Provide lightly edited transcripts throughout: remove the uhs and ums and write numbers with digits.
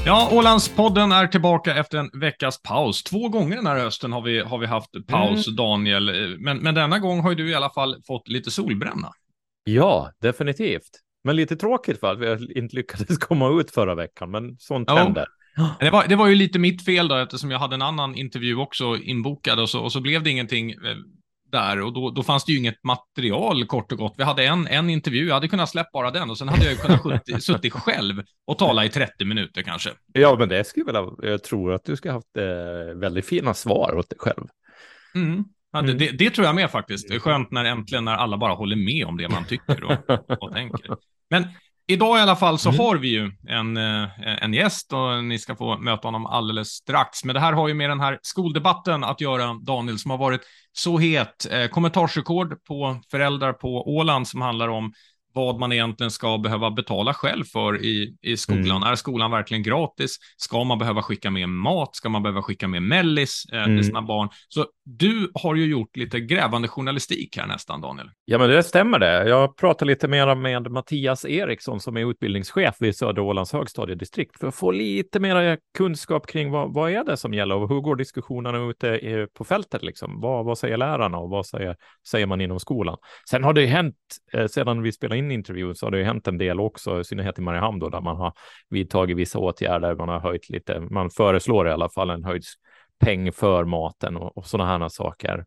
Ja, Ålandspodden är tillbaka efter en veckas paus. 2 gånger den här hösten har vi haft paus, Daniel. Men denna gång har ju du i alla fall fått lite solbränna. Ja, definitivt. Men lite tråkigt för att vi inte lyckades komma ut förra veckan, men sånt Ja. händer. Det var ju lite mitt fel då, eftersom jag hade en annan intervju också inbokad och så blev det ingenting där. Och då fanns det ju inget material, kort och gott. Vi hade en intervju, jag hade kunnat släppa bara den och sen hade jag ju kunnat suttit själv och tala i 30 minuter kanske. Ja, men det skulle jag tror att du ska ha haft väldigt fina svar åt dig själv. Ja, det tror jag med faktiskt. Det är skönt när alla bara håller med om det man tycker och tänker. Men idag i alla fall så har vi ju en gäst och ni ska få möta honom alldeles strax. Men det här har ju med den här skoldebatten att göra, Daniel, som har varit så het. Kommentarsrekord på föräldrar på Åland som handlar om vad man egentligen ska behöva betala själv för i skolan. Är skolan verkligen gratis? Ska man behöva skicka med mat? Ska man behöva skicka med mellis till sina barn? Så du har ju gjort lite grävande journalistik här nästan, Daniel. Ja, men det stämmer det. Jag pratar lite mer med Mattias Eriksson som är utbildningschef vid Södra Ålands högstadiedistrikt för att få lite mer kunskap kring vad är det som gäller och hur går diskussionerna ute på fältet liksom. Vad säger lärarna och vad säger man inom skolan? Sen har det ju hänt, sedan vi spelade in intervjun så har det ju hänt en del också, i synnerhet i Mariehamn då, där man har vidtagit vissa åtgärder, man har höjt lite, man föreslår i alla fall en höjd peng för maten och sådana här saker.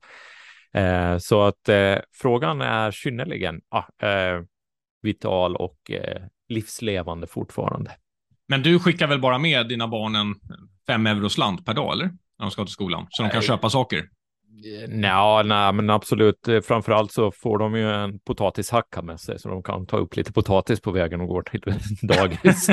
Så att frågan är synnerligen vital och livslevande fortfarande. Men du skickar väl bara med dina barn en 5 euro slant per dag, eller? När de ska till skolan, så de kan köpa saker. Nej, men absolut. Framförallt så får de ju en potatishacka med sig så de kan ta upp lite potatis på vägen och gå till dagis.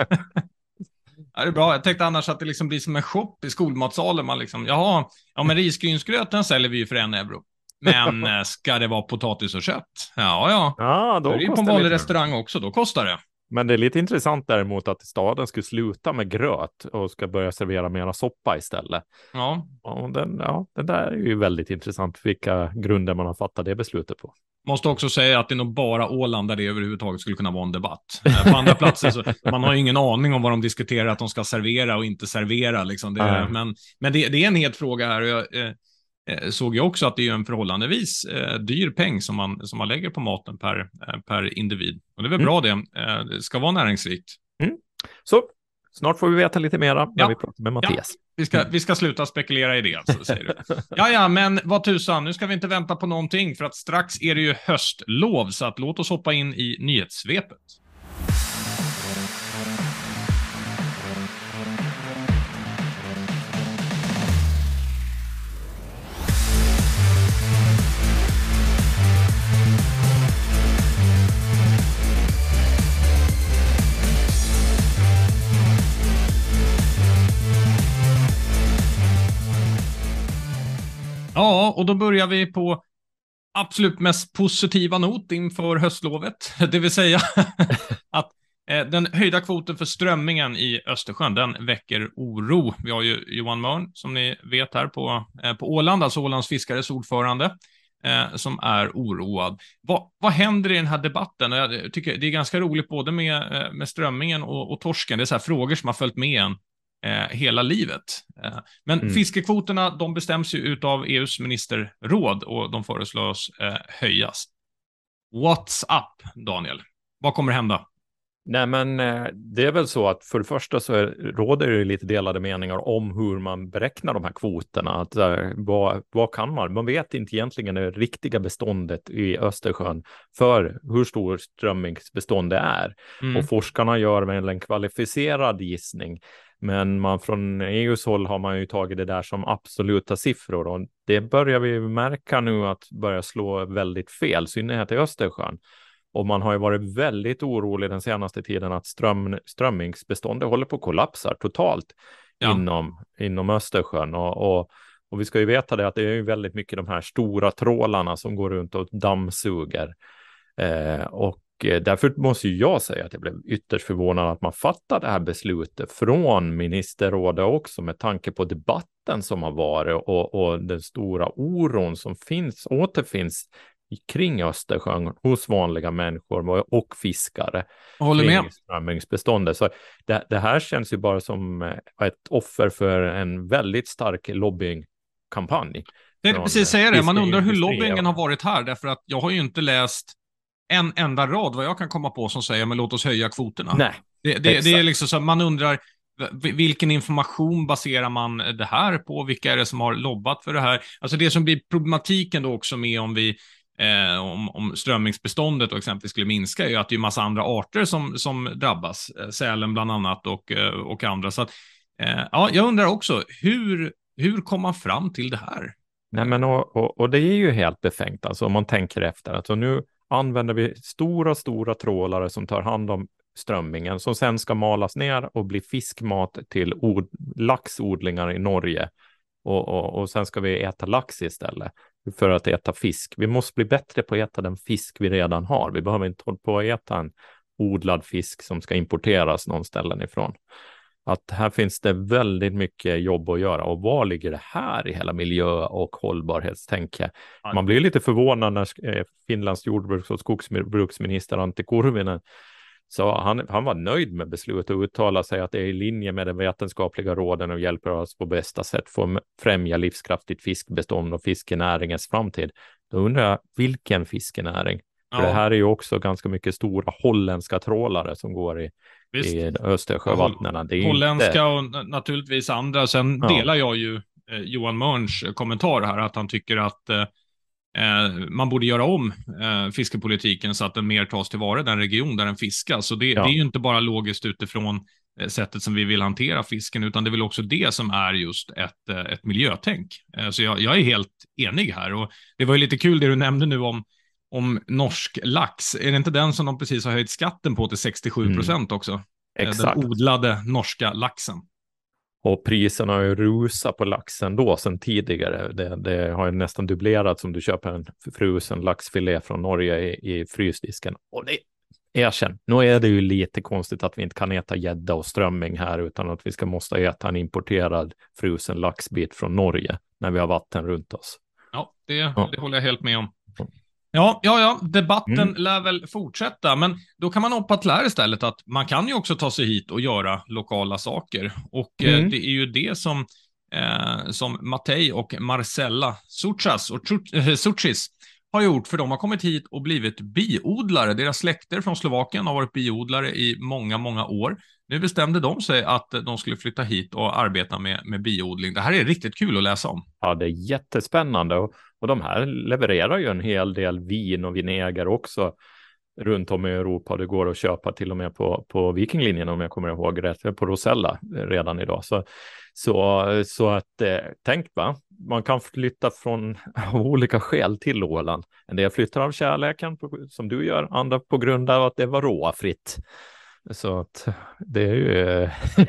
Ja, det är bra. Jag tänkte annars att det liksom blir som en shop i skolmatsalen. Man liksom, men risgrynsgröten säljer vi ju för 1 euro. Men ska det vara potatis och kött? Ja, då är det ju på en vanlig restaurang också. Då kostar det. Men det är lite intressant däremot att staden skulle sluta med gröt och ska börja servera mera soppa istället. Ja. Och det där är ju väldigt intressant vilka grunder man har fattat det beslutet på. Måste också säga att det är nog bara Åland där det överhuvudtaget skulle kunna vara en debatt. På andra platser så man har ju ingen aning om vad de diskuterar att de ska servera och inte servera. Liksom. Men det är en het fråga här och jag såg ju också att det är en förhållandevis dyr peng som man lägger på maten per individ. Och det är väl bra det. Det ska vara näringsrikt. Så snart får vi veta lite mera när vi pratar med Mattias. Vi ska sluta spekulera i det, alltså, säger du. Men vad tusan, nu ska vi inte vänta på någonting för att strax är det ju höstlov, så att låt oss hoppa in i nyhetssvepet. Ja, och då börjar vi på absolut mest positiva not inför höstlovet. Det vill säga att den höjda kvoten för strömmingen i Östersjön, den väcker oro. Vi har ju Johan Mörn, som ni vet här på Åland, alltså Ålands fiskares ordförande, som är oroad. Vad händer i den här debatten? Jag tycker det är ganska roligt både med strömmingen och torsken. Det är så här frågor som har följt med en hela livet. Men fiskekvoterna, de bestäms ju utav EUs ministerråd och de föreslås höjas. What's up, Daniel? Vad kommer hända? Nej, men det är väl så att för det första så råder det lite delade meningar om hur man beräknar de här kvoterna. Att, vad kan man vet inte egentligen det riktiga beståndet i Östersjön för hur stor strömmingsbestånd det är. Och forskarna gör väl en kvalificerad gissning. Men från EUs håll har man ju tagit det där som absoluta siffror och det börjar vi märka nu att börja slå väldigt fel, i synnerhet i Östersjön. Och man har ju varit väldigt orolig den senaste tiden att strömmingsbeståndet håller på att kollapsa totalt inom Östersjön. Och vi ska ju veta det att det är ju väldigt mycket de här stora trålarna som går runt och dammsuger. Och därför måste jag säga att jag blev ytterst förvånad att man fattar det här beslutet från ministerrådet också med tanke på debatten som har varit och den stora oron som återfinns kring Östersjön hos vanliga människor och fiskare Jag håller kring med. strömmingsbeståndet. Så det här känns ju bara som ett offer för en väldigt stark lobbyingkampanj. Jag tänkte precis säga det, man undrar hur fiskeindustrin. lobbyingen har varit här, därför att jag har ju inte läst en enda rad vad jag kan komma på som säger men låt oss höja kvoterna. Nej, det är liksom så, man undrar vilken information baserar man det här på? Vilka är det som har lobbat för det här? Alltså det som blir problematiken då också med om vi om strömmingsbeståndet och exempelvis skulle minska är ju att det är en massa andra arter som drabbas, sälen bland annat och andra. Så att, ja, jag undrar också, hur kom man fram till det här? Nej, men och det är ju helt befängt, alltså om man tänker efter. Alltså nu använder vi stora trålare som tar hand om strömmingen som sen ska malas ner och bli fiskmat till laxodlingar i Norge. Och sen ska vi äta lax istället för att äta fisk. Vi måste bli bättre på att äta den fisk vi redan har. Vi behöver inte hålla på att äta en odlad fisk som ska importeras någon ställen ifrån. Att här finns det väldigt mycket jobb att göra. Och var ligger det här i hela miljö- och hållbarhetstänket? Man blir lite förvånad när Finlands jordbruks- och skogsbruksminister Antti Kurvinen så han var nöjd med beslutet och uttalade sig att det är i linje med de vetenskapliga råden och hjälper oss på bästa sätt för att främja livskraftigt fiskbestånd och fiskenäringens framtid. Då undrar jag, vilken fiskenäring? För det här är ju också ganska mycket stora holländska trålare som går i Östersjövattnen. Det är holländska inte... och naturligtvis andra. Sen delar jag ju Johan Mörns kommentar här, att han tycker att man borde göra om fiskepolitiken så att den mer tas tillvara den region där den fiskas. Så det är ju inte bara logiskt utifrån sättet som vi vill hantera fisken, utan det är väl också det som är just ett miljötänk. Så jag är helt enig här. Och det var ju lite kul det du nämnde nu om norsk lax. Är det inte den som de precis har höjt skatten på till 67% också? Exakt. Den odlade norska laxen. Och priserna har ju rusat på laxen då sedan tidigare. Det har ju nästan dubblerat om du köper en frusen laxfilé från Norge i frysdisken. Och det, erkänn, nu är det ju lite konstigt att vi inte kan äta gädda och strömming här utan att vi måste äta en importerad frusen laxbit från Norge när vi har vatten runt oss. Ja, det håller jag helt med om. Ja, debatten lär väl fortsätta, men då kan man hoppa till här istället att man kan ju också ta sig hit och göra lokala saker. Och det är ju det som Matej och Marcella Suchis har gjort, för de har kommit hit och blivit biodlare. Deras släkter från Slovakien har varit biodlare i många år. Nu bestämde de sig att de skulle flytta hit och arbeta med biodling. Det här är riktigt kul att läsa om. Ja, det är jättespännande och de här levererar ju en hel del vin och vinäger också runt om i Europa. Det går att köpa till och med på Vikinglinjen om jag kommer ihåg rätt, på Rosella redan idag. Så att tänk va, man kan flytta från olika skäl till Åland. En del flyttar av kärleken som du gör, andra på grund av att det var råfritt. Så att det är ju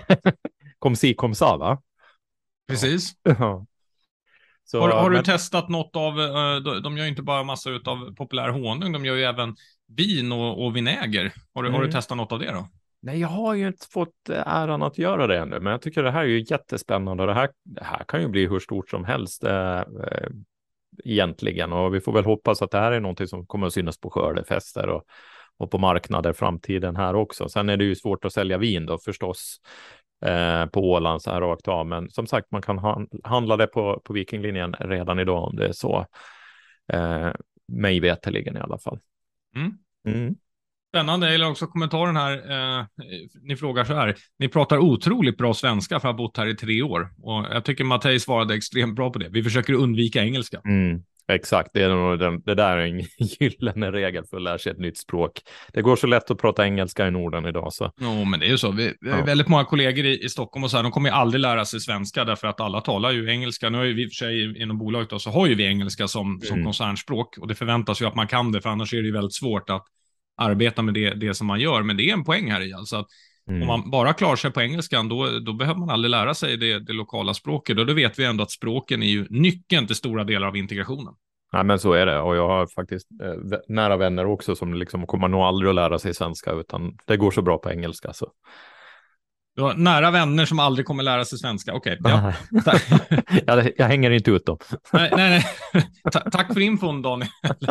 kom sa va? Precis. Ja. Så, har du testat något av, de gör ju inte bara massa av populär honung, de gör ju även vin och vinäger. Har du testat något av det då? Nej, jag har ju inte fått äran att göra det ännu, men jag tycker det här är ju jättespännande och det här kan ju bli hur stort som helst egentligen, och vi får väl hoppas att det här är någonting som kommer att synas på skördefester och på marknader framtiden här också. Sen är det ju svårt att sälja vin då förstås på Åland så här rakt av, men som sagt man kan handla det på Vikinglinjen redan idag om det är så, mig veterligen i alla fall. Spännande. Jag gillar också kommentaren här. Ni frågar så här. Ni pratar otroligt bra svenska för att ha bott här i 3 år. Och jag tycker Matej svarade extremt bra på det. Vi försöker undvika engelska. Exakt, det där är en gyllene regel för att lära sig ett nytt språk. Det går så lätt att prata engelska i Norden idag. Så. Men det är ju så. Vi har väldigt många kollegor i Stockholm och så här, de kommer ju aldrig lära sig svenska därför att alla talar ju engelska. Nu har ju vi för sig inom bolaget då, så har ju vi engelska som koncernspråk och det förväntas ju att man kan det, för annars är det ju väldigt svårt att arbeta med det som man gör. Men det är en poäng här i, alltså att om man bara klarar sig på engelskan, då behöver man aldrig lära sig det lokala språket. Och då vet vi ändå att språken är ju nyckeln till stora delar av integrationen. Ja, men så är det. Och jag har faktiskt nära vänner också som liksom kommer nog aldrig att lära sig svenska, utan det går så bra på engelska. Så. Du har nära vänner som aldrig kommer lära sig svenska. Okej. Ja. Jag hänger inte ut dem. Nej. Tack för infon, Daniel.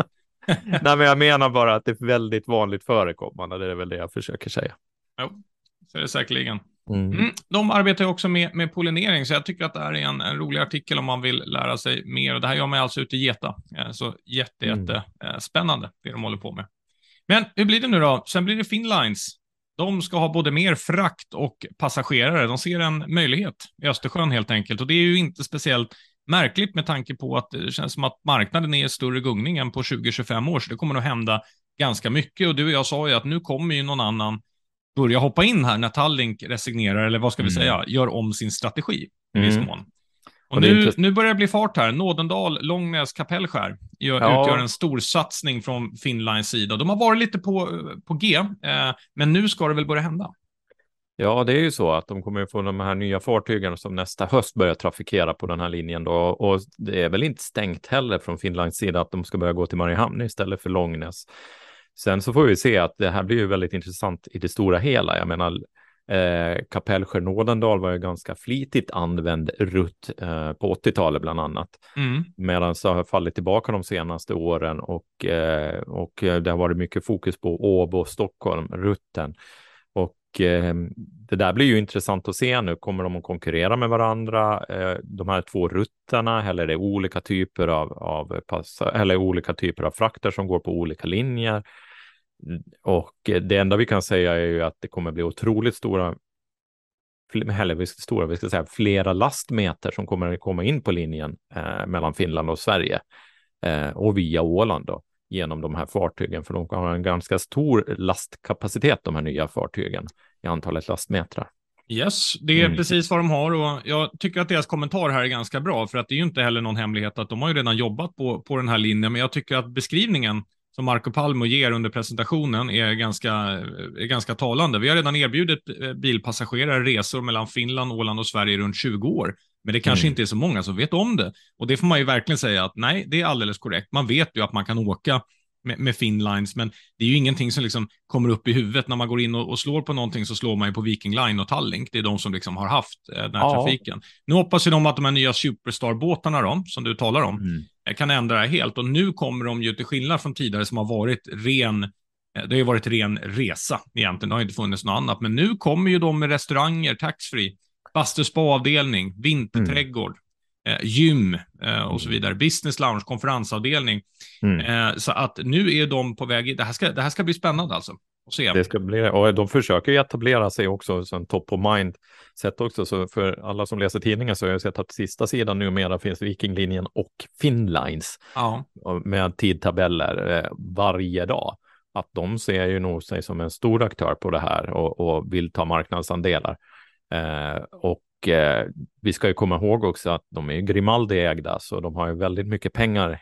Nej, men jag menar bara att det är väldigt vanligt förekommande. Det är väl det jag försöker säga. Jo, så är det säkerligen. Mm. De arbetar ju också med pollinering, så jag tycker att det här är en rolig artikel om man vill lära sig mer. Och det här gör man alltså ute i Geta. Så spännande det de håller på med. Men hur blir det nu då? Sen blir det Finnlines. De ska ha både mer frakt och passagerare. De ser en möjlighet i Östersjön helt enkelt. Och det är ju inte speciellt märkligt med tanke på att det känns som att marknaden är i större gungning än på 20-25 år. Så det kommer nog hända ganska mycket. Och du och jag sa ju att nu kommer ju någon annan börja hoppa in här när Tallink resignerar, eller vad ska vi säga, gör om sin strategi i viss mån. Och nu börjar det bli fart här. Nådendal, Långnäs, Kapellskär utgör en stor satsning från Finnlines sida. De har varit lite på G, men nu ska det väl börja hända. Ja, det är ju så att de kommer att få de här nya fartygen som nästa höst börjar trafikera på den här linjen då. Och det är väl inte stängt heller från Finlands sida att de ska börja gå till Mariehamn istället för Långnäs. Sen så får vi se att det här blir ju väldigt intressant i det stora hela. Jag menar, Kapellskär Nådendal var ju ganska flitigt använd rutt på 80-talet bland annat. Medan så har fallit tillbaka de senaste åren och det har varit mycket fokus på Åbo och Stockholm, rutten. Och det där blir ju intressant att se nu. Kommer de att konkurrera med varandra? De här två rutterna, eller är det olika typer eller olika typer av frakter som går på olika linjer? Och det enda vi kan säga är ju att det kommer bli otroligt flera lastmeter som kommer att komma in på linjen mellan Finland och Sverige och via Åland då, genom de här fartygen, för de har en ganska stor lastkapacitet, de här nya fartygen, i antalet lastmetrar. Yes, det är precis vad de har, och jag tycker att deras kommentar här är ganska bra, för att det är ju inte heller någon hemlighet att de har ju redan jobbat på den här linjen, men jag tycker att beskrivningen som Marco Palmo ger under presentationen är ganska talande. Vi har redan erbjudit bilpassagerare resor mellan Finland, Åland och Sverige runt 20 år. Men det kanske inte är så många som vet om det. Och det får man ju verkligen säga att nej, det är alldeles korrekt. Man vet ju att man kan åka med Finnlines, men det är ju ingenting som liksom kommer upp i huvudet. När man går in och slår på någonting, så slår man ju på Viking Line och Tallink. Det är de som liksom har haft den här trafiken. Nu hoppas ju de att de här nya Superstar-båtarna då, som du talar om, kan ändra det helt. Och nu kommer de ju, till skillnad från tidigare som har varit det har ju varit ren resa egentligen. Det har inte funnits något annat. Men nu kommer ju de med restauranger, taxfree, bastu spa-avdelning, vinterträdgård, gym och så vidare. Business lounge, konferensavdelning. Så att nu är de på väg. Det här ska bli spännande alltså. Det ska bli, och de försöker ju etablera sig också som top of mind sätt också. Så för alla som läser tidningar så har jag sett att sista sidan numera finns Vikinglinjen och Finnlines med tidtabeller varje dag. Att de ser ju nog sig som en stor aktör på det här och vill ta marknadsandelar. Vi ska ju komma ihåg också att de är Grimaldi-ägda, så de har ju väldigt mycket pengar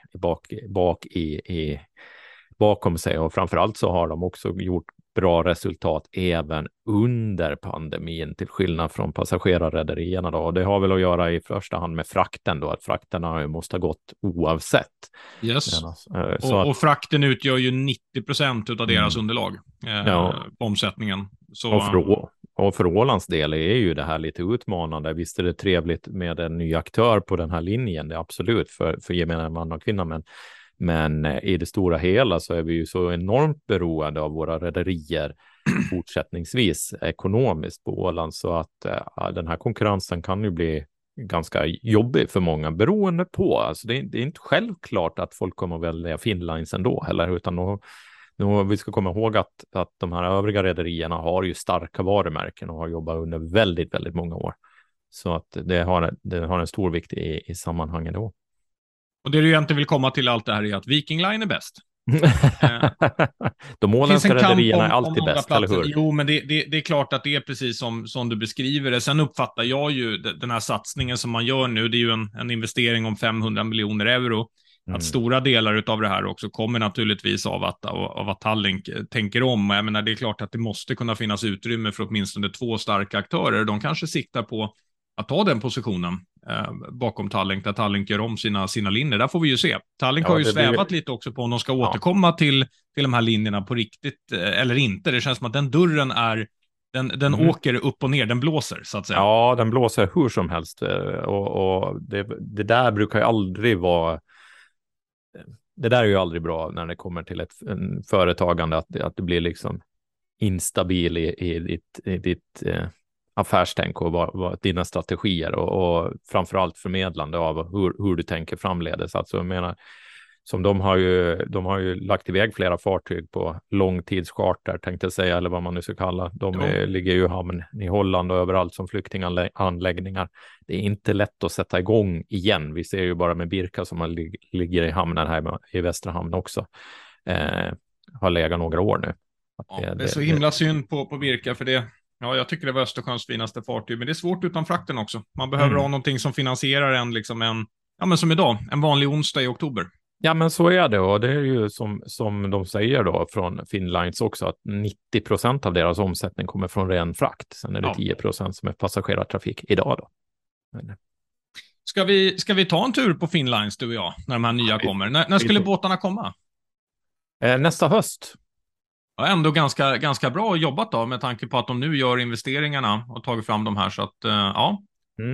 bakom sig, och framförallt så har de också gjort bra resultat även under pandemin, till skillnad från passagerarrederierna då. Och det har väl att göra i första hand med frakten då, att frakterna måste ha gått oavsett. Yes. Och frakten utgör ju 90% av deras underlag på omsättningen. Och för Ålands del är ju det här lite utmanande. Visst är det trevligt med en ny aktör på den här linjen, det är absolut för gemene man och kvinna, men i det stora hela så är vi ju så enormt beroende av våra rederier fortsättningsvis ekonomiskt på Åland, så att den här konkurrensen kan ju bli ganska jobbig för många beroende på. Alltså det är inte självklart att folk kommer att välja Finnlines ändå heller, utan vi ska komma ihåg att de här övriga rederierna har ju starka varumärken och har jobbat under väldigt, väldigt många år. Så att det har en stor vikt i sammanhanget då. Och det du egentligen vill komma till allt det här är att Viking Line är bäst. De åländska rederierna är alltid bäst, eller hur? Jo, men det är klart att det är precis som du beskriver det. Sen uppfattar jag ju den här satsningen som man gör nu, det är ju en investering om 500 miljoner euro. Att stora delar av det här också kommer naturligtvis av att Tallink tänker om. Jag menar, det är klart att det måste kunna finnas utrymme för åtminstone 2 starka aktörer. De kanske siktar på att ta den positionen bakom Tallink, där Tallink gör om sina linjer. Där får vi ju se. Tallink har ju svävat lite också på om de ska återkomma till de här linjerna på riktigt eller inte. Det känns som att den dörren är den åker upp och ner, den blåser så att säga. Ja, den blåser hur som helst, och det där brukar ju aldrig vara det där är ju aldrig bra när det kommer till en företagande, att det blir liksom instabil i ditt affärstänk och dina strategier och framförallt förmedlande av hur du tänker framledes. Alltså jag menar, som de har ju lagt iväg flera fartyg på långtidscharter, tänkte jag säga, eller vad man nu ska kalla. Ligger ju i hamn i Holland och överallt som flyktinganläggningar. Det är inte lätt att sätta igång igen. Vi ser ju bara med Birka som ligger i hamnen här i Västra hamn också. Har legat några år nu. Ja, det är så himla synd på Birka, för det, ja, jag tycker det var Östersjöns finaste fartyg, men det är svårt utan frakten också. Man behöver ha någonting som finansierar men som idag, en vanlig onsdag i oktober. Ja, men så är det, och det är ju som de säger då från Finnlines också, att 90% av deras omsättning kommer från ren frakt. Sen är det 10% som är passagerartrafik idag då. Ska vi ta en tur på Finnlines, du och jag, när de här nya kommer? När skulle båtarna komma? Nästa höst. Ja, ändå ganska bra jobbat då, med tanke på att de nu gör investeringarna och tagit fram de här, så att ja.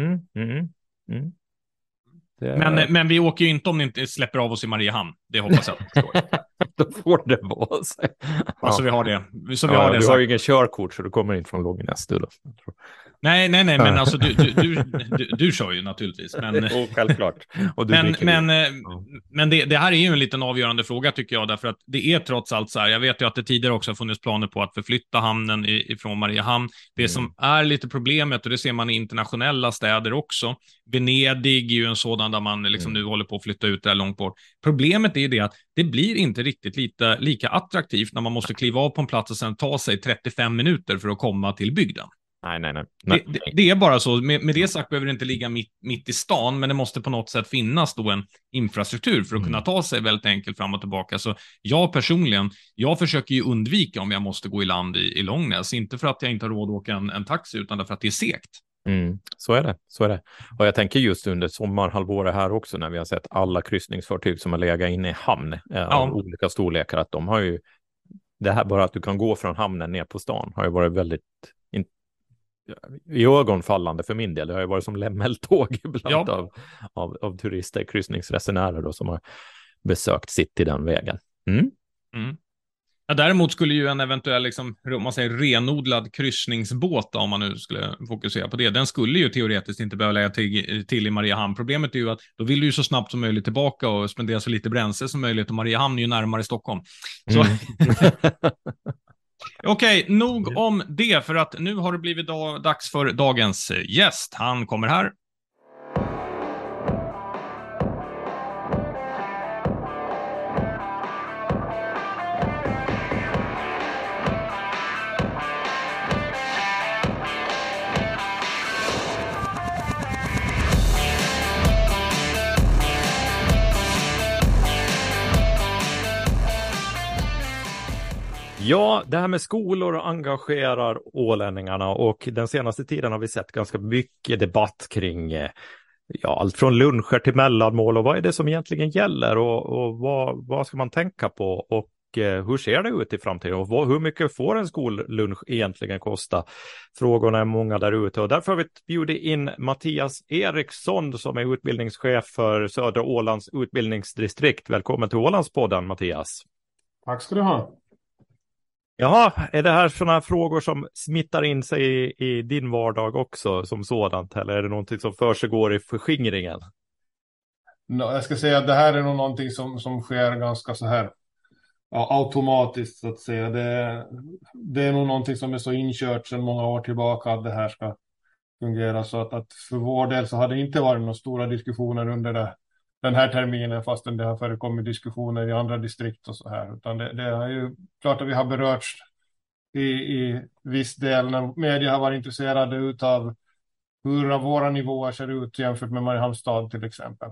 Men vi åker ju inte om ni inte släpper av oss i Mariehamn. Det hoppas jag att du förstår. Då får det vara sig. Alltså vi har det. Du har ju ingen körkort, så du kommer inte från Långnäs då. Nej, men alltså du kör ju naturligtvis. Men, självklart. Och men det här är ju en liten avgörande fråga, tycker jag, därför att det är trots allt så här. Jag vet ju att det tidigare också har funnits planer på att förflytta hamnen ifrån Mariehamn. Det som är lite problemet, och det ser man i internationella städer också. Venedig är ju en sådan där man liksom nu håller på att flytta ut där långt bort. Problemet är ju det att det blir inte riktigt lika attraktivt när man måste kliva av på en plats och sen ta sig 35 minuter för att komma till bygden. Nej. Det är bara så. Med det sagt behöver det inte ligga mitt i stan, men det måste på något sätt finnas då en infrastruktur för att kunna ta sig väldigt enkelt fram och tillbaka. Så jag personligen, försöker ju undvika om jag måste gå i land i Långnäs. Inte för att jag inte har råd att åka en taxi, utan därför att det är segt. Så är det. Och jag tänker just under sommarhalvåret här också, när vi har sett alla kryssningsfartyg som har legat inne i hamn av olika storlekar, att de har ju, det här bara att du kan gå från hamnen ner på stan har ju varit väldigt i ögonfallande för min del. Det har ju varit som lämmeltåg ibland av turister, kryssningsresenärer då, som har besökt city den vägen. Ja, däremot skulle ju en eventuell renodlad kryssningsbåt, om man nu skulle fokusera på det, den skulle ju teoretiskt inte behöva lägga till i Mariehamn. Problemet är ju att då vill du ju så snabbt som möjligt tillbaka och spendera så lite bränsle som möjligt, och Mariehamn är ju närmare Stockholm. Så Okej, nog om det, för att nu har det blivit dags för dagens gäst. Han kommer här. Ja, det här med skolor engagerar ålänningarna, och den senaste tiden har vi sett ganska mycket debatt kring allt från luncher till mellanmål, och vad är det som egentligen gäller, och vad ska man tänka på, och hur ser det ut i framtiden, och hur mycket får en skollunch egentligen kosta? Frågorna är många där ute, och därför har vi bjudit in Mattias Eriksson som är utbildningschef för Södra Ålands utbildningsdistrikt. Välkommen till Ålandspodden, Mattias. Tack ska du ha. Jaha, är det här sådana frågor som smittar in sig i din vardag också som sådant, eller är det någonting som försiggår i förskingringen? Jag ska säga att det här är nog någonting som sker ganska så här automatiskt, så att säga. Det är nog någonting som är så inkört sedan många år tillbaka att det här ska fungera, så att för vår del så har det inte varit några stora diskussioner under den här terminen, fastän det har förekommit diskussioner i andra distrikt och så här. Utan det är ju klart att vi har berörts i viss del när media har varit intresserade utav hur våra nivåer ser ut jämfört med Mariehamnstad till exempel.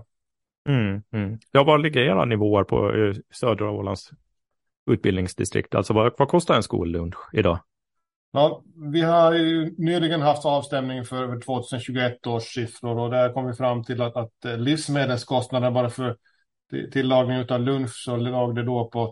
Ja, vad ligger era nivåer på Södra Ålands utbildningsdistrikt? Alltså vad kostar en skollunch idag? Ja, vi har ju nyligen haft avstämning för 2021 års siffror, och där kom vi fram till att livsmedelskostnader bara för tillagning av lunch så låg det då på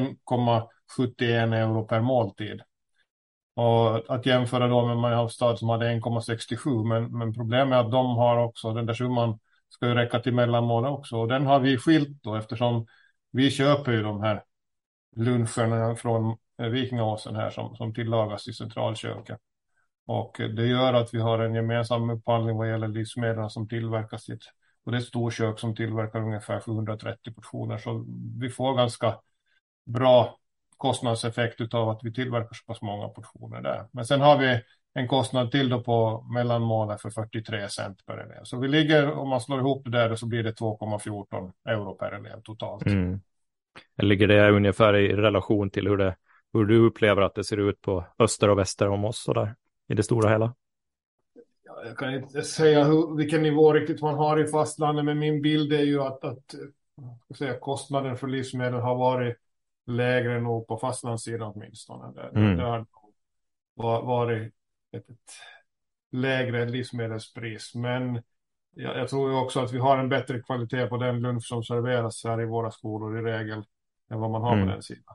1,71 euro per måltid. Och att jämföra då med Mariehamnstad som hade 1,67, men problemet är att de har också, den där summan ska ju räcka till mellanmål också, och den har vi skilt då eftersom vi köper ju de här luncherna från Vikingåsen här som tillagas i centralköket. Och det gör att vi har en gemensam upphandling vad gäller livsmedel som tillverkas i och det är ett storkök som tillverkar ungefär 730 portioner. Så vi får ganska bra kostnadseffekt av att vi tillverkar så pass många portioner där. Men sen har vi en kostnad till då på mellanmålet för 43 cent per elev. Så vi ligger, om man slår ihop det där, så blir det 2,14 euro per elev totalt. Ligger det ungefär i relation till hur du upplever att det ser ut på öster och väster om oss så där, i det stora hela? Jag kan inte säga vilken nivå riktigt man har i fastlandet, men min bild är ju att kostnaden för livsmedel har varit lägre nog på fastlandssidan åtminstone. Det har varit ett lägre livsmedelspris, men jag tror ju också att vi har en bättre kvalitet på den lunch som serveras här i våra skolor i regel än vad man har på den sidan.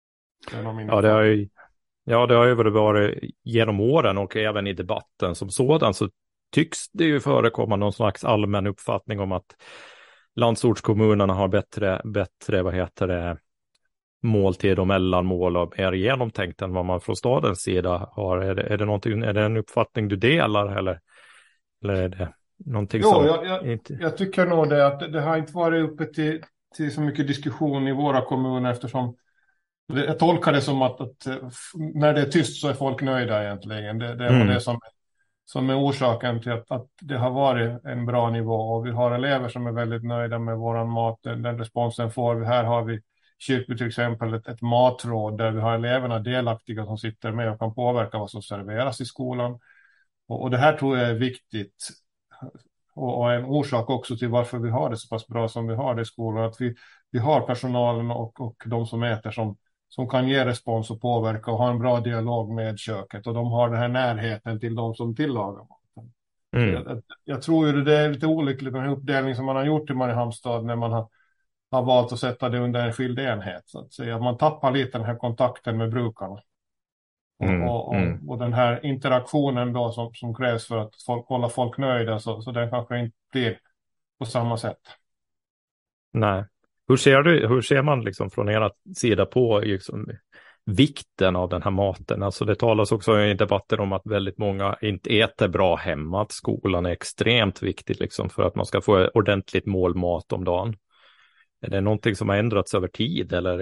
Det har ju varit genom åren och även i debatten som sådan, så tycks det ju förekomma någon slags allmän uppfattning om att landsortskommunerna har bättre måltid och mellanmål och är genomtänkt än vad man från stadens sida har. Är det en uppfattning du delar eller är det någonting som... Jag tycker nog det, att det har inte varit uppe till så mycket diskussion i våra kommuner, eftersom jag tolkar det som att när det är tyst så är folk nöjda egentligen. Det är det som är orsaken till att det har varit en bra nivå, och vi har elever som är väldigt nöjda med våran mat. Den responsen får vi. Här har vi Kyrkby till exempel ett matråd där vi har eleverna delaktiga som sitter med och kan påverka vad som serveras i skolan. Och det här tror jag är viktigt och en orsak också till varför vi har det så pass bra som vi har det i skolan. Att vi har personalen och de som äter som kan ge respons och påverka och ha en bra dialog med köket. Och de har den här närheten till de som tillagar maten. Jag tror ju det är lite olyckligt den här uppdelningen som man har gjort i Mariehamnstad när man har valt att sätta det under en skild enhet. Så att säga. Man tappar lite den här kontakten med brukarna. Och den här interaktionen då som krävs för att hålla folk nöjda, så den kanske inte blir på samma sätt. Nej. Hur ser man liksom från era sida på liksom vikten av den här maten? Alltså det talas också i debatten om att väldigt många inte äter bra hemma, att skolan är extremt viktigt liksom för att man ska få ordentligt målmat om dagen. Är det någonting som har ändrats över tid eller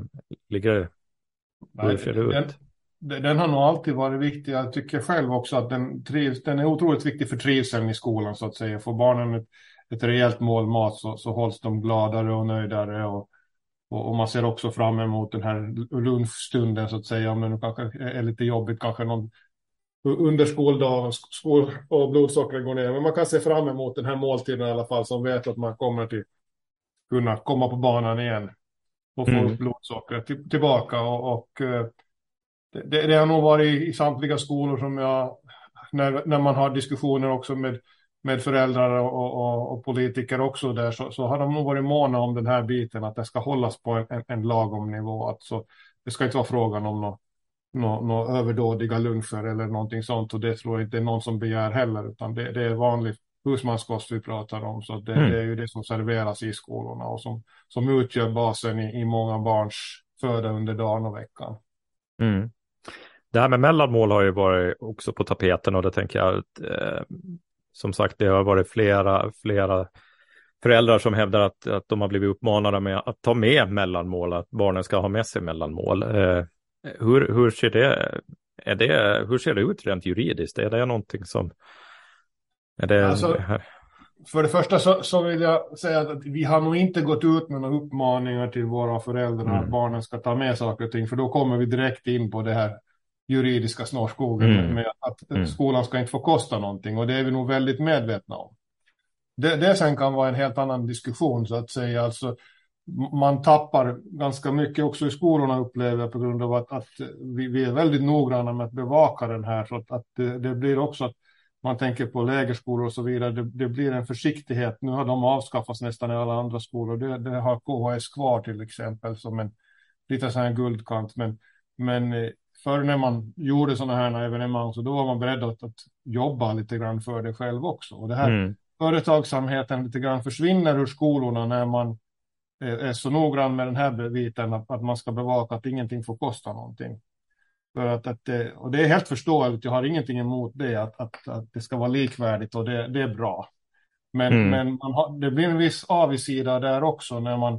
hur ser det ut? Den har nog alltid varit viktig. Jag tycker själv också att den är otroligt viktig för trivseln i skolan, så att säga. Får barnen ett rejält mål mat så hålls de gladare och nöjdare, och man ser också fram emot den här lunchstunden, så att säga. Om det nu kanske är lite jobbigt, kanske någon under skoldagen och blodsockret går ner. Men man kan se fram emot den här måltiden i alla fall, som vet att man kommer till kunna komma på banan igen och få blodsockret tillbaka. Och det har nog varit i samtliga skolor som när man har diskussioner också med föräldrar och politiker också där, så har de nog varit måna om den här biten, att det ska hållas på en lagom nivå. Alltså, det ska inte vara frågan om några överdådiga luncher eller någonting sånt, och det tror jag inte är någon som begär heller, utan det är vanlig husmanskost vi pratar om, så det är ju det som serveras i skolorna och som utgör basen i många barns föda under dagen och veckan. Det här med mellanmål har ju varit också på tapeten, och det tänker jag att som sagt, det har varit flera föräldrar som hävdar att de har blivit uppmanade med att ta med mellanmål, att barnen ska ha med sig mellanmål. Hur ser det ut rent juridiskt? Är det någonting som... För det första så vill jag säga att vi har nog inte gått ut med några uppmaningar till våra föräldrar att barnen ska ta med saker och ting, för då kommer vi direkt in på det här juridiska snårskogen med att skolan ska inte få kosta någonting, och det är vi nog väldigt medvetna om. Det sen kan vara en helt annan diskussion, så att säga. Alltså, man tappar ganska mycket också i skolorna, upplever jag, på grund av att vi är väldigt noggranna med att bevaka den här, så att det blir också att man tänker på lägerskolor och så vidare, det blir en försiktighet. Nu har de avskaffats nästan i alla andra skolor. Det har KHS kvar till exempel som en lite sån här guldkant, men för när man gjorde sådana här evenemang, så då var man beredd att jobba lite grann för det själv också. Och det här företagsamheten lite grann försvinner ur skolorna när man är så noggrann med den här biten att man ska bevaka att ingenting får kosta någonting. För och det är helt förståeligt, jag har ingenting emot det, att det ska vara likvärdigt och det är bra. Men det blir en viss avigsida där också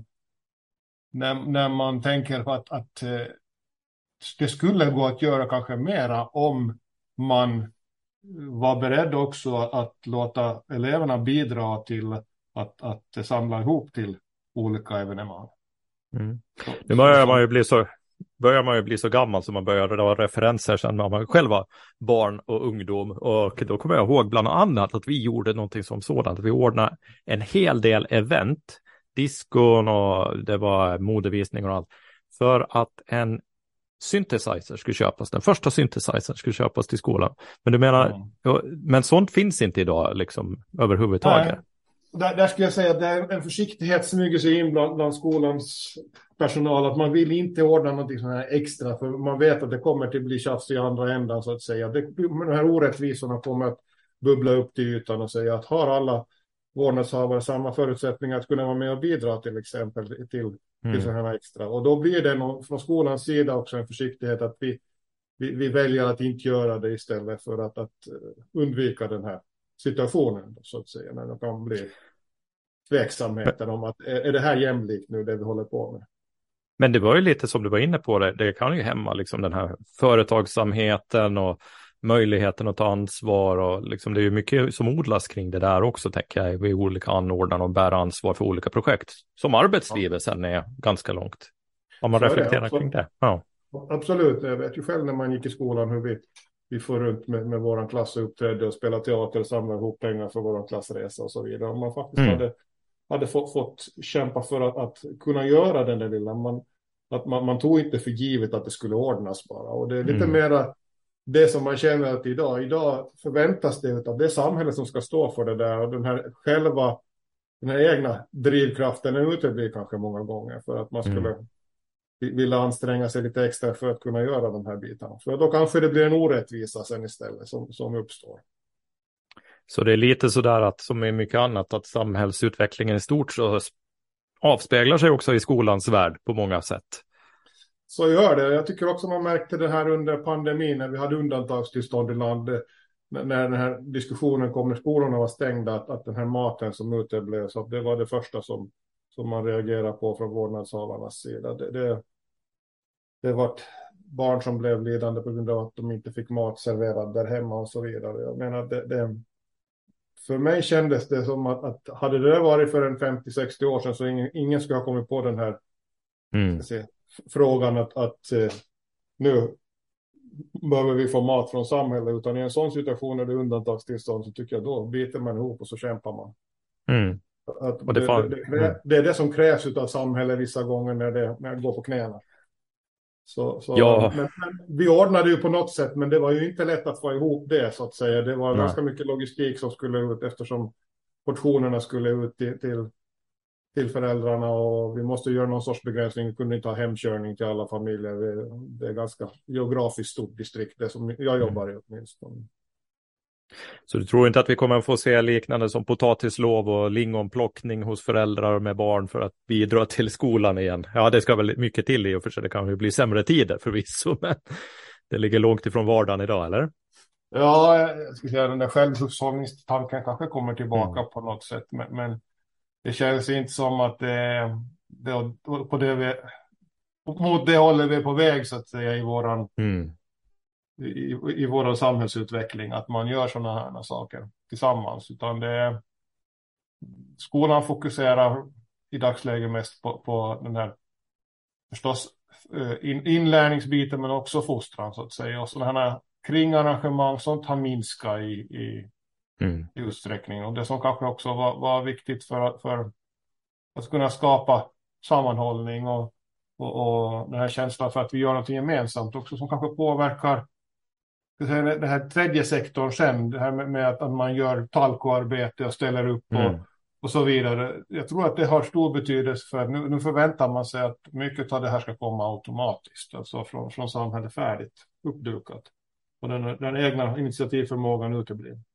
när man tänker på att det skulle gå att göra kanske mera om man var beredd också att låta eleverna bidra till att samla ihop till olika evenemang. Nu börjar man ju bli så gammal så man börjar dra referenser sen när man själv var barn och ungdom. Och då kommer jag ihåg bland annat att vi gjorde någonting som sådant. Vi ordnade en hel del event, diskon och det var modevisning och allt. För att en synthesizer skulle köpas, den första synthesizern skulle köpas till skolan. Men du menar, men sånt finns inte idag liksom överhuvudtaget. Där skulle jag säga att det är en försiktighet smyger sig in bland skolans personal, att man vill inte ordna någonting sån här extra, för man vet att det kommer till bli tjafs i andra ändan så att säga. De här orättvisorna kommer att bubbla upp till ytan och säga att har alla vårdnadshavare samma förutsättningar att kunna vara med och bidra till exempel till sådana här extra. Och då blir det från skolans sida också en försiktighet att vi väljer att inte göra det istället för att undvika den här situationen så att säga, när det kan bli tveksamheter om att är det här jämlikt nu det vi håller på med. Men det var ju lite som du var inne på det kan ju hämma liksom den här företagsamheten och möjligheten att ta ansvar och liksom det är ju mycket som odlas kring det där också tänker jag vid olika anordnare och bära ansvar för olika projekt som arbetslivet sen är ganska långt. Om man reflekterar kring det. Ja. Absolut, jag vet ju själv när man gick i skolan hur vi får runt med våran klass och uppträdde och spela teater och samla ihop pengar för våran klassresa och så vidare. Och man faktiskt hade fått kämpa för att kunna göra den där lilla. Man tog inte för givet att det skulle ordnas bara. Och det är lite mera det som man känner att idag förväntas det av det samhället som ska stå för det där. Och den här egna drivkraften uteblir kanske många gånger för att man skulle vilja anstränga sig lite extra för att kunna göra de här bitarna. För då kanske det blir en orättvisa sen istället som uppstår. Så det är lite sådär att som är mycket annat att samhällsutvecklingen i stort så avspeglar sig också i skolans värld på många sätt. Så gör det. Jag tycker också man märkte det här under pandemin när vi hade undantagstillstånd i landet. När den här diskussionen kom när skolorna var stängda att den här maten som uteblev, så det var det första som man reagerar på från vårdnadshavarnas sida. Det var barn som blev lidande på grund av att de inte fick mat serverad där hemma och så vidare. Jag menar, för mig kändes det som att hade det varit för en 50-60 år sedan så ingen skulle ha kommit på den här frågan att nu behöver vi få mat från samhället, utan i en sån situation när det är undantagstillstånd så tycker jag då biter man ihop och så kämpar man. Det är det som krävs av samhället vissa gånger när det går på knäna. Men vi ordnade ju på något sätt, men det var ju inte lätt att få ihop det så att säga. Det var ganska mycket logistik som skulle ut eftersom portionerna skulle ut till föräldrarna och vi måste göra någon sorts begränsning. Vi kunde inte ha hemkörning till alla familjer. Det är ganska geografiskt stort distrikt, det som jag jobbar i åtminstone. Så du tror inte att vi kommer att få se liknande som potatislov och lingonplockning hos föräldrar med barn för att bidra till skolan igen? Ja, det ska väl mycket till i och för sig. Det kan ju bli sämre tider förvisso, men det ligger långt ifrån vardagen idag, eller? Ja, jag skulle säga den där självhushållningstanken kanske kommer tillbaka på något sätt, men det känns inte som att mot det håller vi på väg så att säga i våran samhällsutveckling, att man gör sådana här saker tillsammans, utan skolan fokuserar i dagsläget mest på den här förstås inlärningsbiten men också fostran så att säga, och sådana här kringarrangemang, sånt har minskat i utsträckning, och det som kanske också var viktigt för att kunna skapa sammanhållning och den här känslan för att vi gör något gemensamt också som kanske påverkar det här tredje sektorn sen, det här med att man gör talkoarbete och ställer upp och så vidare. Jag tror att det har stor betydelse för nu förväntar man sig att mycket av det här ska komma automatiskt, alltså från samhället färdigt uppdukat, och den egna initiativförmågan uteblir.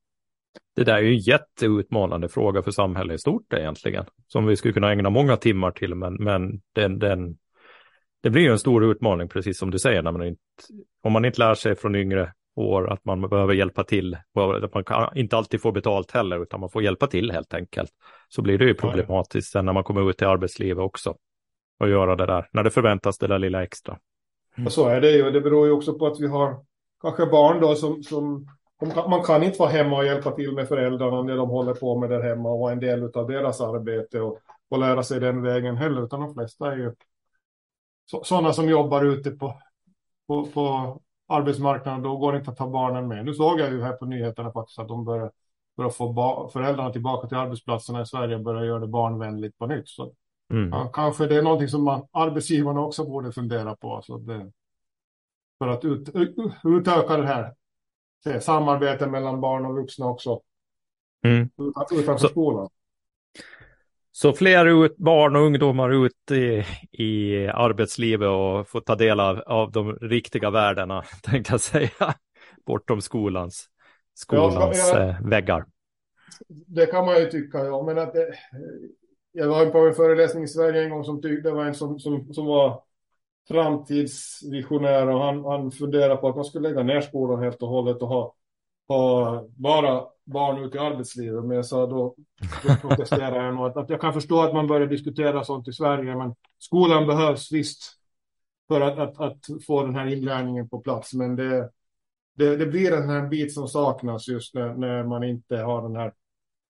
Det där är ju en jätteutmanande fråga för samhället i stort egentligen, som vi skulle kunna ägna många timmar till, men det blir ju en stor utmaning, precis som du säger, när om man inte lär sig från yngre år att man behöver hjälpa till, att man kan inte alltid få betalt heller, utan man får hjälpa till helt enkelt, så blir det ju problematiskt sen när man kommer ut till arbetslivet också och göra det där, när det förväntas det där lilla extra. Och så är det ju, det beror ju också på att vi har kanske barn då som man kan inte vara hemma och hjälpa till med föräldrarna när de håller på med det hemma och vara en del av deras arbete och lära sig den vägen heller, utan de flesta är ju sådana som jobbar ute på arbetsmarknaden. Då går det inte att ta barnen med. Nu såg jag ju här på nyheterna faktiskt att de börjar få föräldrarna tillbaka till arbetsplatserna i Sverige, börjar göra det barnvänligt på nytt. Så ja, kanske det är någonting som arbetsgivarna också borde fundera på. Alltså för att utöka det här samarbete mellan barn och vuxna också utanför skolan. Så fler barn och ungdomar ut i arbetslivet och få ta del av de riktiga värdena, tänkte jag säga, bortom skolans väggar. Det kan man ju tycka, ja, men att jag var på en föreläsning i Sverige en gång som tyckte det var en som var framtidsvisionär, och han funderade på att man skulle lägga ner skolan helt och hållet och ha bara barn ut i arbetslivet. Men jag sa då protesterade jag nog att jag kan förstå att man börjar diskutera sånt i Sverige, men skolan behövs visst för att få den här inlärningen på plats, men det blir den här bit som saknas just när man inte har den här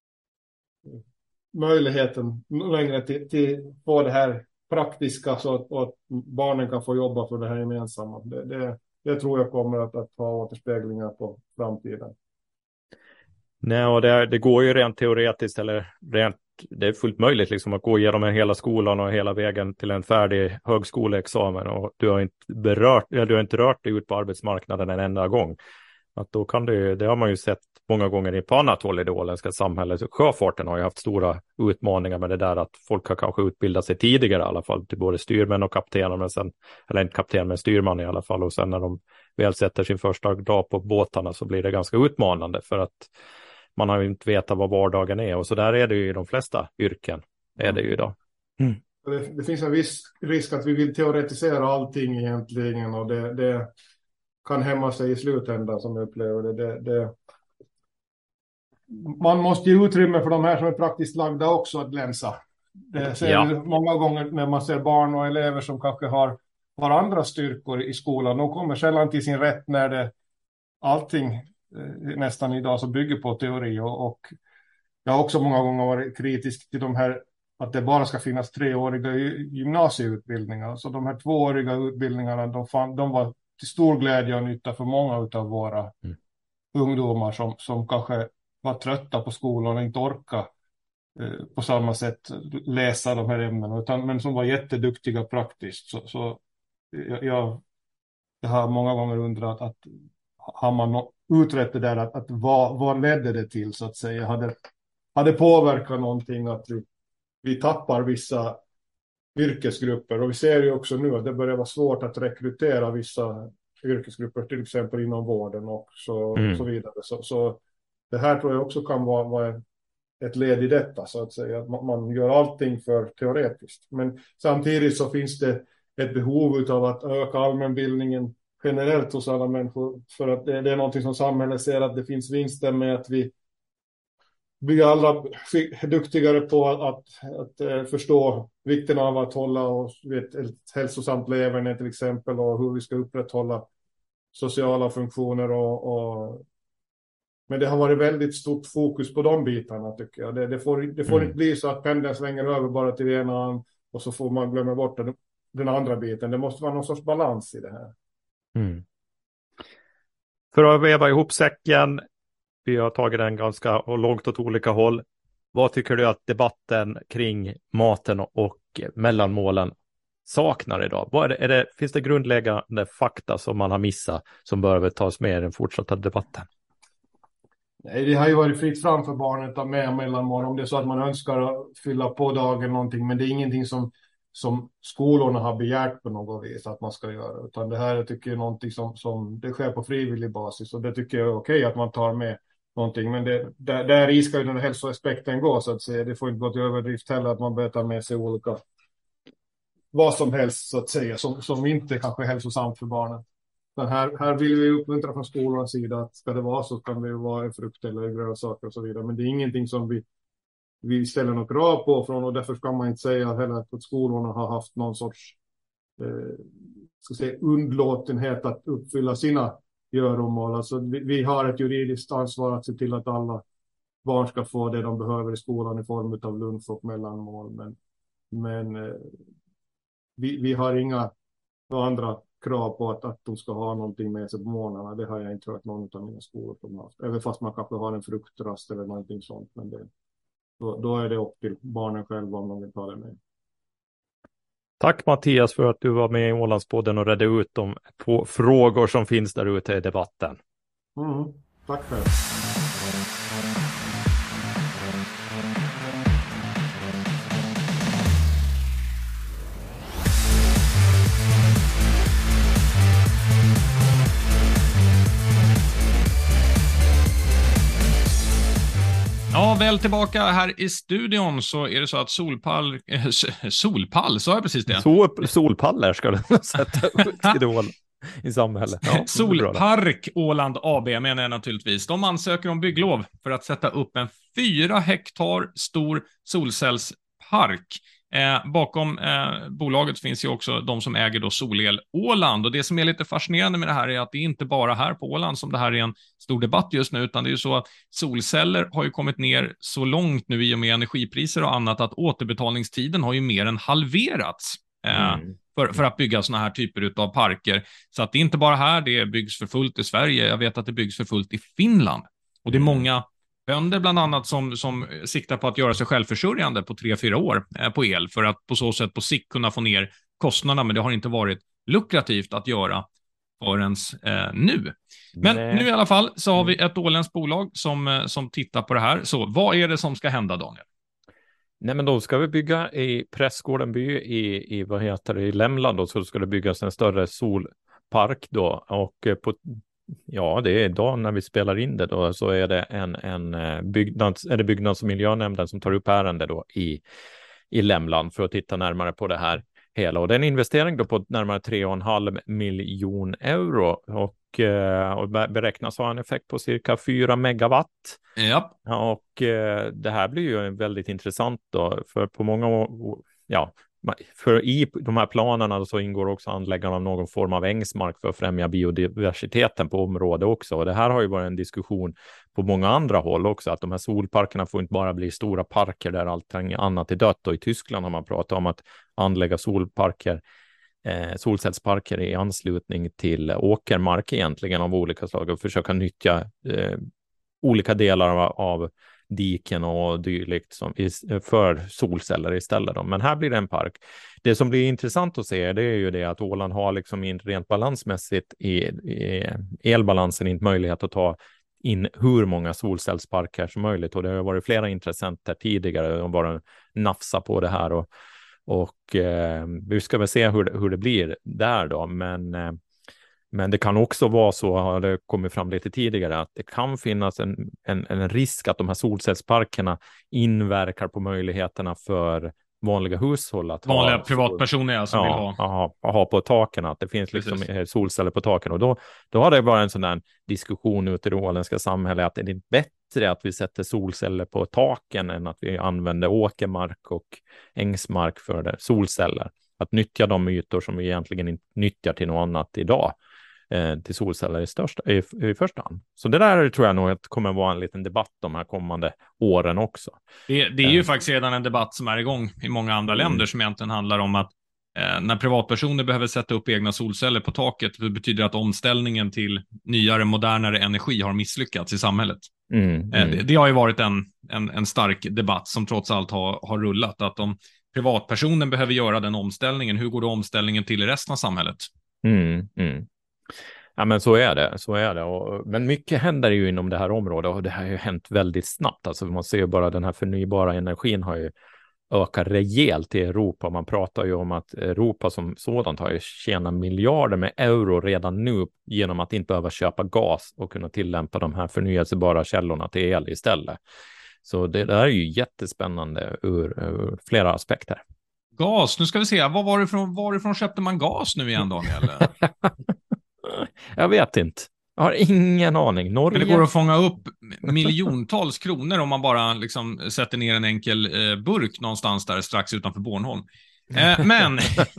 möjligheten längre till få det här praktiska, så att barnen kan få jobba för det här gemensamma. Det tror jag kommer att ha återspeglingar på framtiden. Nej, och det går ju rent teoretiskt, det är fullt möjligt liksom att gå igenom hela skolan och hela vägen till en färdig högskoleexamen, och du har inte rört dig ut på arbetsmarknaden en enda gång. Att då kan det har man ju sett många gånger på annat håll i det åländska samhället. Sjöfarten har ju haft stora utmaningar med det där, att folk har kanske utbildat sig tidigare i alla fall till både styrmän och kaptener, men sen, eller inte kapten men styrman i alla fall, och sen när de väl sätter sin första dag på båtarna så blir det ganska utmanande, för att man har ju inte vetat vad vardagen är, och så där är det ju i de flesta yrken, är det ju idag. Det finns en viss risk att vi vill teoretisera allting egentligen, och det kan hämma sig i slutändan, som jag upplever det. Man måste ge utrymme för de här som är praktiskt lagda också att glänsa. Det ser många gånger när man ser barn och elever som kanske har andra styrkor i skolan. De kommer sällan till sin rätt när allting nästan idag så bygger på teori. Och jag har också många gånger varit kritisk till de här, att det bara ska finnas 3-åriga gymnasieutbildningar. Så de här 2-åriga utbildningarna, de var till stor glädje och nytta för många av våra ungdomar som kanske var trötta på skolan och inte orka på samma sätt läsa de här ämnena, men som var jätteduktiga praktiskt. Så jag har många gånger undrat att har man utrett det där, att vad ledde det till, så att säga, hade påverkat någonting att vi tappar vissa yrkesgrupper, och vi ser ju också nu att det börjar vara svårt att rekrytera vissa yrkesgrupper, till exempel inom vården och så vidare. Så det här tror jag också kan vara ett led i detta, så att säga, att man gör allting för teoretiskt. Men samtidigt så finns det ett behov av att öka allmänbildningen generellt hos alla människor, för att det är någonting som samhället ser att det finns vinster med, att vi blir alla duktigare på att förstå vikten av att hålla oss vid ett hälsosamt leverne till exempel, och hur vi ska upprätthålla sociala funktioner men det har varit väldigt stort fokus på de bitarna, tycker jag. Det får inte bli så att pendeln svänger över bara till ena och så får man glömma bort den andra biten. Det måste vara någon sorts balans i det här. För att veva ihop säcken, vi har tagit den ganska långt åt olika håll. Vad tycker du att debatten kring maten och mellanmålen saknar idag? Finns det grundläggande fakta som man har missat som behöver tas med i den fortsatta debatten? Nej, det har ju varit fritt fram för barnet att ta med mellanmål om det är så att man önskar fylla på dagen någonting, men det är ingenting som skolorna har begärt på något vis att man ska göra, utan det här tycker jag är någonting som det sker på frivillig basis, och det tycker jag är okej att man tar med. någonting. Men där ska ju den här hälsoaspekten gå, så att säga. Det får inte gå till överdrift heller, att man börjar ta med sig olika, vad som helst så att säga, som inte kanske är hälsosamt för barnen. Men här vill vi uppmuntra från skolans sida att ska det vara så kan det vara en frukt eller grönsaker och så vidare. Men det är ingenting som vi ställer något krav på från, och därför ska man inte säga heller att skolorna har haft någon sorts undlåtenhet att uppfylla sina göromål. Alltså vi har ett juridiskt ansvar att se till att alla barn ska få det de behöver i skolan i form av lunch och mellanmål. Men vi har inga andra krav på att de ska ha någonting med sig på morgnarna. Det har jag inte hört någon av mina skolor som har haft. Även fast man kanske har en fruktrast eller någonting sånt. Men då är det upp till barnen själva om de vill ta det med. Tack Mattias för att du var med i Ålandspodden och redde ut de frågor som finns där ute i debatten. Tack själv. Ja, väl tillbaka här i studion så är det så att Solpall, sa jag precis det? Solpaller ska du sätta ut i samhället. Ja, Solpark Åland AB menar jag naturligtvis. De ansöker om bygglov för att sätta upp en 4 hektar stor solcellspark. Bakom bolaget finns ju också de som äger då Solel Åland, och det som är lite fascinerande med det här är att det är inte bara här på Åland som det här är en stor debatt just nu, utan det är ju så att solceller har ju kommit ner så långt nu i och med energipriser och annat att återbetalningstiden har ju mer än halverats för att bygga såna här typer av parker. Så att det är inte bara här, det byggs för fullt i Sverige, jag vet att det byggs för fullt i Finland, och det är många bönder bland annat som siktar på att göra sig självförsörjande på 3-4 år på el för att på så sätt på sikt kunna få ner kostnaderna, men det har inte varit lukrativt att göra förrän nu. Men nu i alla fall så har vi ett åländskt bolag som tittar på det här. Så vad är det som ska hända, Daniel? Nej, men då ska vi bygga i Prästgården by i Lämland, och så ska det byggas en större solpark då, och det är idag när vi spelar in det då, så är det en byggnads- och miljönämnden som tar upp ärende då i Lämland för att titta närmare på det här hela. Och det är en investering då på närmare 3,5 miljon euro och beräknas ha en effekt på cirka 4 megawatt. Ja. Och det här blir ju väldigt intressant då, för på många år, för i de här planerna så ingår också anläggande av någon form av ängsmark för att främja biodiversiteten på området också. Och det här har ju varit en diskussion på många andra håll också, att de här solparkerna får inte bara bli stora parker där allting annat är dött. Och i Tyskland har man pratat om att anlägga solcellsparker i anslutning till åkermark egentligen av olika slag och försöka nyttja olika delar av diken och dylikt för solceller istället då. Men här blir det en park. Det som blir intressant att se, det är ju det att Åland har liksom rent balansmässigt i elbalansen inte möjlighet att ta in hur många solcellsparker som möjligt, och det har varit flera intressenter tidigare och bara nafsa på det här och vi ska väl se hur det blir där då, men det kan också vara så, har det kommit fram lite tidigare, att det kan finnas en risk att de här solcellsparkerna inverkar på möjligheterna för vanliga hushåll att vanliga privatpersoner som vill ha på taken, att det finns liksom solceller på taken, och då har det varit en sån där diskussion ute i det åländska samhället att det är bättre att vi sätter solceller på taken än att vi använder åkermark och ängsmark för det, solceller, att nyttja de ytor som vi egentligen inte nyttjar till något annat idag till solceller i första hand. Så det där tror jag nog att kommer vara en liten debatt de här kommande åren också. Det är ju faktiskt redan en debatt som är igång i många andra länder som egentligen handlar om att när privatpersoner behöver sätta upp egna solceller på taket, det betyder att omställningen till nyare, modernare energi har misslyckats i samhället. Det har ju varit en stark debatt som trots allt har rullat, att om privatpersonen behöver göra den omställningen, hur går då omställningen till i resten av samhället? Ja, men så är det. Men mycket händer ju inom det här området, och det har ju hänt väldigt snabbt. Alltså man ser ju bara den här förnybara energin har ju öka rejält i Europa. Man pratar ju om att Europa som sådant har ju tjänat miljarder med euro redan nu genom att inte behöva köpa gas och kunna tillämpa de här förnyelsebara källorna till el istället. Så det där är ju jättespännande ur flera aspekter. Gas, nu ska vi se. Varifrån köpte man gas nu igen, Daniel? Jag vet inte. Jag har ingen aning. Norge. Men det går att fånga upp miljontals kronor om man bara liksom sätter ner en enkel burk någonstans där strax utanför Bornholm. Men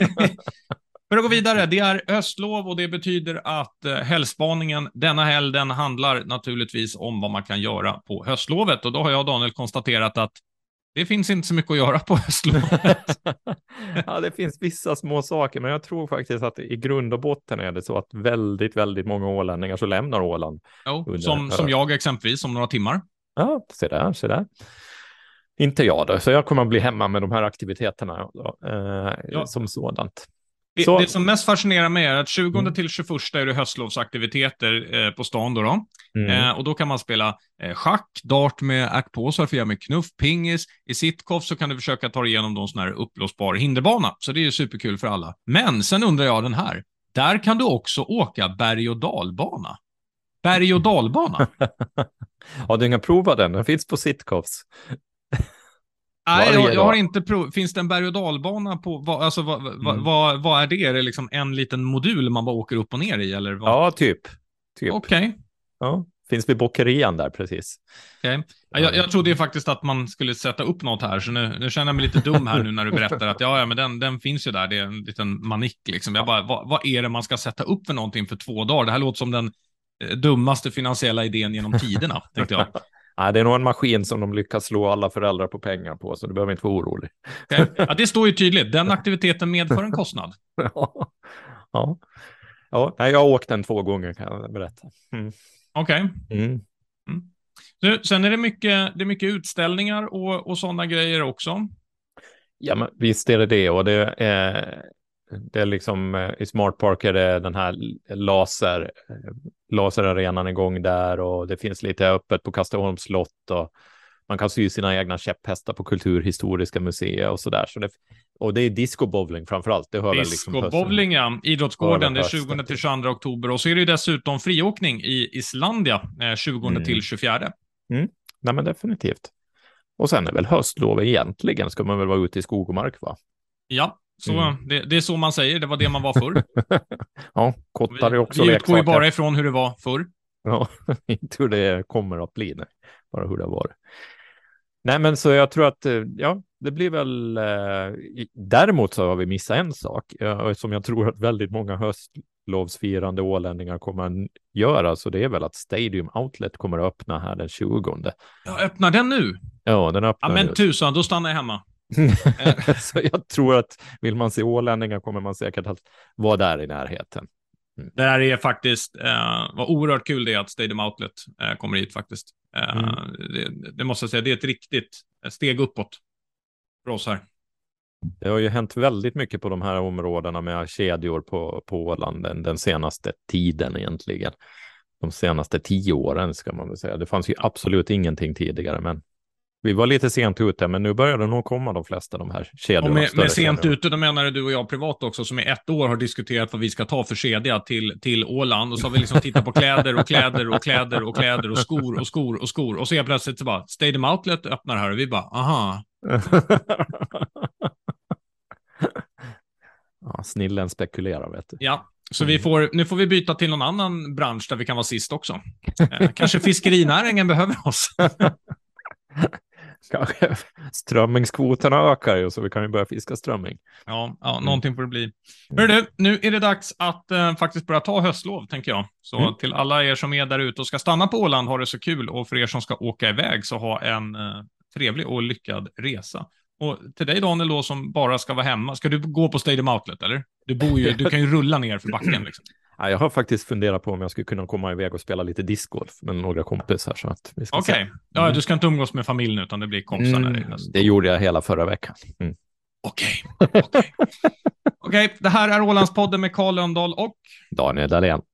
för att gå vidare, det är höstlov och det betyder att helgspaningen denna helg, den handlar naturligtvis om vad man kan göra på höstlovet. Och då har jag och Daniel konstaterat att det finns inte så mycket att göra på höstlovet. Ja, det finns vissa små saker, men jag tror faktiskt att i grund och botten är det så att väldigt, väldigt många ålänningar så lämnar Åland. Jo, som jag exempelvis, om några timmar. Ja, se där. Inte jag då, så jag kommer att bli hemma med de här aktiviteterna som sådant. Det som mest fascinerar mig är att 20 till 21 är det höstlovsaktiviteter på stan då. Och då kan man spela schack, dart med ackpåsar för att göra med knuff, pingis. I Sittkov så kan du försöka ta igenom någon sån här uppblåsbar hinderbana. Så det är ju superkul för alla. Men sen undrar jag den här. Där kan du också åka berg- och dalbana. Berg- och dalbana. Har du inga provat den? Den finns på Sitkovs. Nej, jag har inte provat. Finns det en berg- och dalbana på? Vad är det? Är det liksom en liten modul man bara åker upp och ner i? Eller vad? Ja, typ. Okej. Ja, finns vid Bockerian där precis. Okay. Jag trodde faktiskt att man skulle sätta upp något här, så nu känner jag mig lite dum här nu när du berättar att men den finns ju där, det är en liten manik liksom. Jag bara, vad är det man ska sätta upp för någonting för 2 dagar? Det här låter som den dummaste finansiella idén genom tiderna, tänkte jag. Nej, det är nog en maskin som de lyckas slå alla föräldrar på pengar på, så du behöver inte vara orolig. Okay. Ja, det står ju tydligt. Den aktiviteten medför en kostnad. Ja, jag har åkt den 2 gånger, kan jag berätta. Okej. Sen är det mycket utställningar och sådana grejer också. Ja, men visst är det. Och det är liksom i Smart Park är det den här laserarenan igång där, och det finns lite öppet på Kastaholms slott, och man kan sy sina egna käpphästar på Kulturhistoriska museet och sådär. Och det är disco-bowling framförallt. Disco-bowling, ja. Idrottsgården, det är 20 till 22 oktober. Och så är det ju dessutom friåkning i Islandia 20 till 24. Nej, men definitivt. Och sen är väl höstlov egentligen. Ska man väl vara ute i skog och mark, va? Ja, så det är så man säger. Det var det man var förr. Ja, kottar är också vi utgår ju bara ifrån hur det var förr. Ja, inte hur det kommer att bli. Nej. Bara hur det var. Nej, men så jag tror att det blir väl... Däremot så har vi missat en sak som jag tror att väldigt många höstlovsfirande ålänningar kommer att göra. Så det är väl att Stadium Outlet kommer att öppna här den 20. Ja, öppnar den nu? Ja, den öppnar. Ja, men tusan, då stannar jag hemma. Så jag tror att vill man se ålänningar kommer man säkert att vara där i närheten. Det här är faktiskt, vad oerhört kul det är att Stadium Outlet kommer hit faktiskt. Det måste jag säga, det är ett riktigt steg uppåt för oss här. Det har ju hänt väldigt mycket på de här områdena med kedjor på Åland den senaste tiden egentligen. De senaste 10 åren ska man väl säga. Det fanns ju absolut ingenting tidigare, men vi var lite sent ute, men nu börjar det nog komma de flesta de här kedjorna. Och med sent ute, då menar du och jag privat också, som i 1 år har diskuterat vad vi ska ta för kedja till Åland. Och så har vi liksom tittat på kläder och skor. Och så är plötsligt så bara, Stadium Outlet öppnar här och vi bara, aha. Ja, snillen spekulerar, vet du. Ja, så nu får vi byta till någon annan bransch där vi kan vara sist också. Kanske fiskerinäringen behöver oss. Kanske strömmingskvoterna ökar ju, så vi kan ju börja fiska strömming. Ja, någonting får det bli. Hör du, nu är det dags att faktiskt börja ta höstlov, tänker jag. Så till alla er som är där ute och ska stanna på Åland, ha det så kul. Och för er som ska åka iväg, så ha en trevlig och lyckad resa. Och till dig, Daniel, då, som bara ska vara hemma. Ska du gå på Stadium Outlet, eller? Du kan ju rulla ner för backen liksom. Ja, jag har faktiskt funderat på om jag skulle kunna komma iväg och spela lite discgolf med några kompisar. Okej. Ja, du ska inte umgås med familjen, utan det blir kompisar när det är höst. Det gjorde jag hela förra veckan. Okej, det här är Ålandspodden med Carl Lönndahl och Daniel Dahlén.